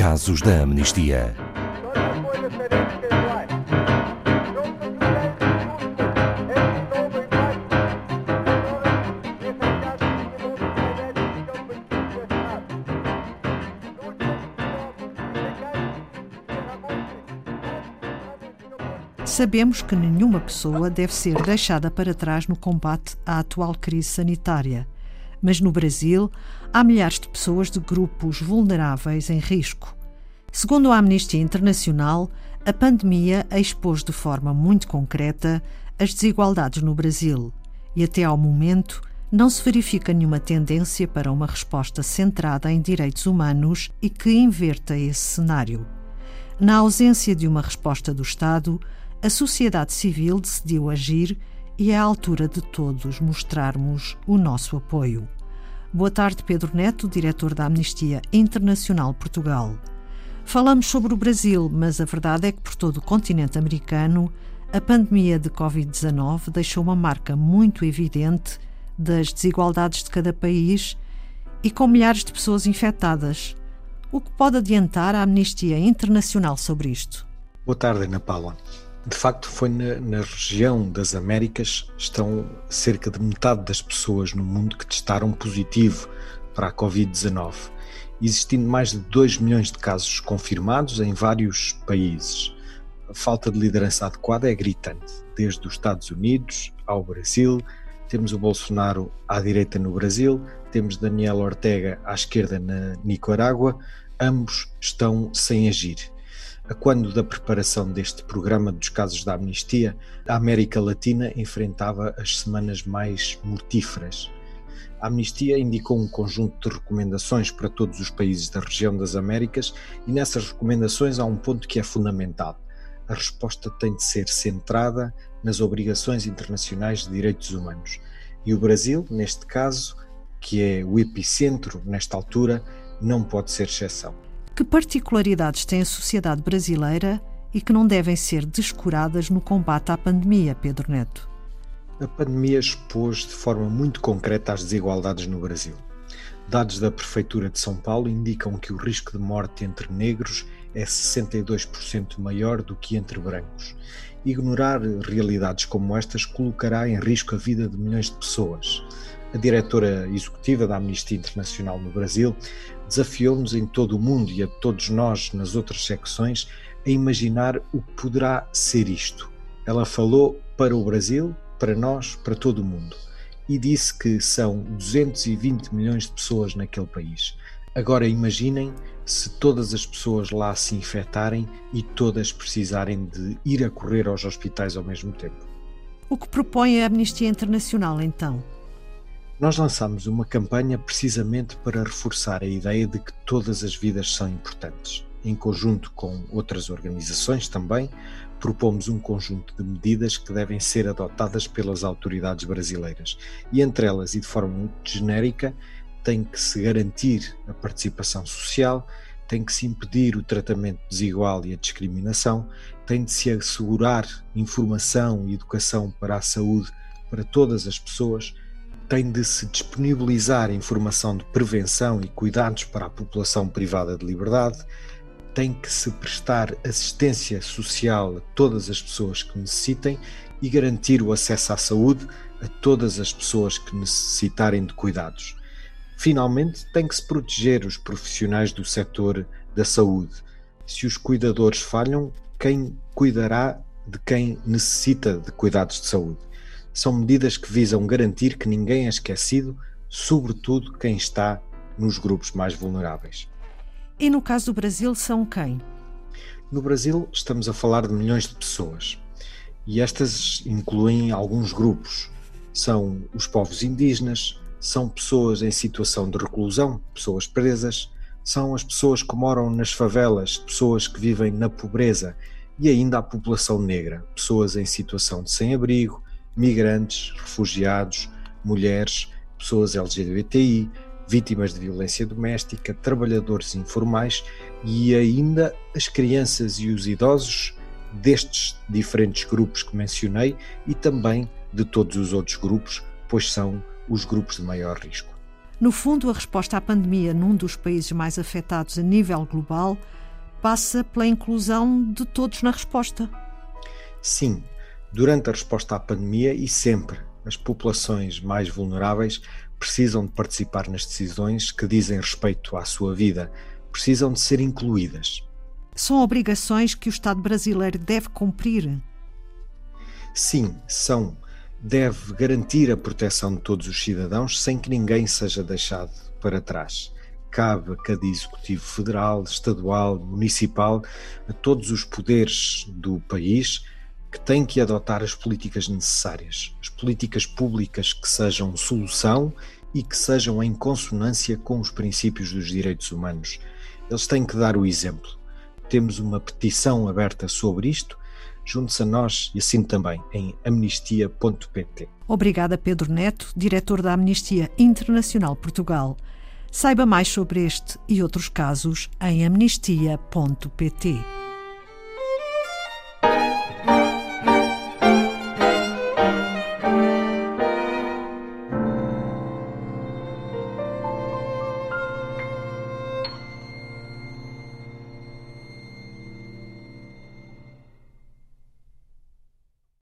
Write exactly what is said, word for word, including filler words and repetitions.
Casos da Amnistia. Sabemos que nenhuma pessoa deve ser deixada para trás no combate à atual crise sanitária. Mas no Brasil, há milhares de pessoas de grupos vulneráveis em risco. Segundo a Amnistia Internacional, a pandemia expôs de forma muito concreta as desigualdades no Brasil e, até ao momento, não se verifica nenhuma tendência para uma resposta centrada em direitos humanos e que inverta esse cenário. Na ausência de uma resposta do Estado, a sociedade civil decidiu agir e é à altura de todos mostrarmos o nosso apoio. Boa tarde, Pedro Neto, diretor da Amnistia Internacional Portugal. Falamos sobre o Brasil, mas a verdade é que por todo o continente americano a pandemia de covid dezanove deixou uma marca muito evidente das desigualdades de cada país e com milhares de pessoas infectadas. O que pode adiantar a Amnistia Internacional sobre isto? Boa tarde, Ana Paula. De facto, foi na, na região das Américas, estão cerca de metade das pessoas no mundo que testaram positivo para a covid dezanove, existindo mais de dois milhões de casos confirmados em vários países. A falta de liderança adequada é gritante, desde os Estados Unidos ao Brasil. Temos o Bolsonaro à direita no Brasil, temos Daniel Ortega à esquerda na Nicarágua, ambos estão sem agir. A quando da preparação deste programa dos casos da Amnistia, a América Latina enfrentava as semanas mais mortíferas. A Amnistia indicou um conjunto de recomendações para todos os países da região das Américas e nessas recomendações há um ponto que é fundamental. A resposta tem de ser centrada nas obrigações internacionais de direitos humanos. E o Brasil, neste caso, que é o epicentro nesta altura, não pode ser exceção. Que particularidades tem a sociedade brasileira e que não devem ser descuradas no combate à pandemia, Pedro Neto? A pandemia expôs de forma muito concreta as desigualdades no Brasil. Dados da Prefeitura de São Paulo indicam que o risco de morte entre negros é sessenta e dois por cento maior do que entre brancos. Ignorar realidades como estas colocará em risco a vida de milhões de pessoas. A diretora executiva da Amnistia Internacional no Brasil desafiou-nos em todo o mundo e a todos nós nas outras secções a imaginar o que poderá ser isto. Ela falou para o Brasil, para nós, para todo o mundo e disse que são duzentos e vinte milhões de pessoas naquele país. Agora imaginem se todas as pessoas lá se infectarem e todas precisarem de ir a correr aos hospitais ao mesmo tempo. O que propõe a Amnistia Internacional então? Nós lançamos uma campanha precisamente para reforçar a ideia de que todas as vidas são importantes. Em conjunto com outras organizações também, propomos um conjunto de medidas que devem ser adotadas pelas autoridades brasileiras. E entre elas, e de forma muito genérica, tem que se garantir a participação social, tem que se impedir o tratamento desigual e a discriminação, tem de se assegurar informação e educação para a saúde para todas as pessoas, tem de se disponibilizar informação de prevenção e cuidados para a população privada de liberdade, tem que se prestar assistência social a todas as pessoas que necessitem e garantir o acesso à saúde a todas as pessoas que necessitarem de cuidados. Finalmente, tem que se proteger os profissionais do setor da saúde. Se os cuidadores falham, quem cuidará de quem necessita de cuidados de saúde? São medidas que visam garantir que ninguém é esquecido, sobretudo quem está nos grupos mais vulneráveis. E no caso do Brasil, são quem? No Brasil estamos a falar de milhões de pessoas e estas incluem alguns grupos. São os povos indígenas, são pessoas em situação de reclusão, pessoas presas, são as pessoas que moram nas favelas, pessoas que vivem na pobreza e ainda a população negra, pessoas em situação de sem-abrigo, migrantes, refugiados, mulheres, pessoas L G B T I, vítimas de violência doméstica, trabalhadores informais e ainda as crianças e os idosos destes diferentes grupos que mencionei e também de todos os outros grupos, pois são os grupos de maior risco. No fundo, a resposta à pandemia num dos países mais afetados a nível global passa pela inclusão de todos na resposta. Sim, durante a resposta à pandemia e sempre, as populações mais vulneráveis precisam de participar nas decisões que dizem respeito à sua vida, precisam de ser incluídas. São obrigações que o Estado brasileiro deve cumprir? Sim, são. Deve garantir a proteção de todos os cidadãos sem que ninguém seja deixado para trás. Cabe a cada Executivo Federal, Estadual, Municipal, a todos os poderes do país que têm que adotar as políticas necessárias, as políticas públicas que sejam solução e que sejam em consonância com os princípios dos direitos humanos. Eles têm que dar o exemplo. Temos uma petição aberta sobre isto. Junte-se a nós e assine também em amnistia ponto pt. Obrigada, Pedro Neto, diretor da Amnistia Internacional Portugal. Saiba mais sobre este e outros casos em amnistia ponto pt.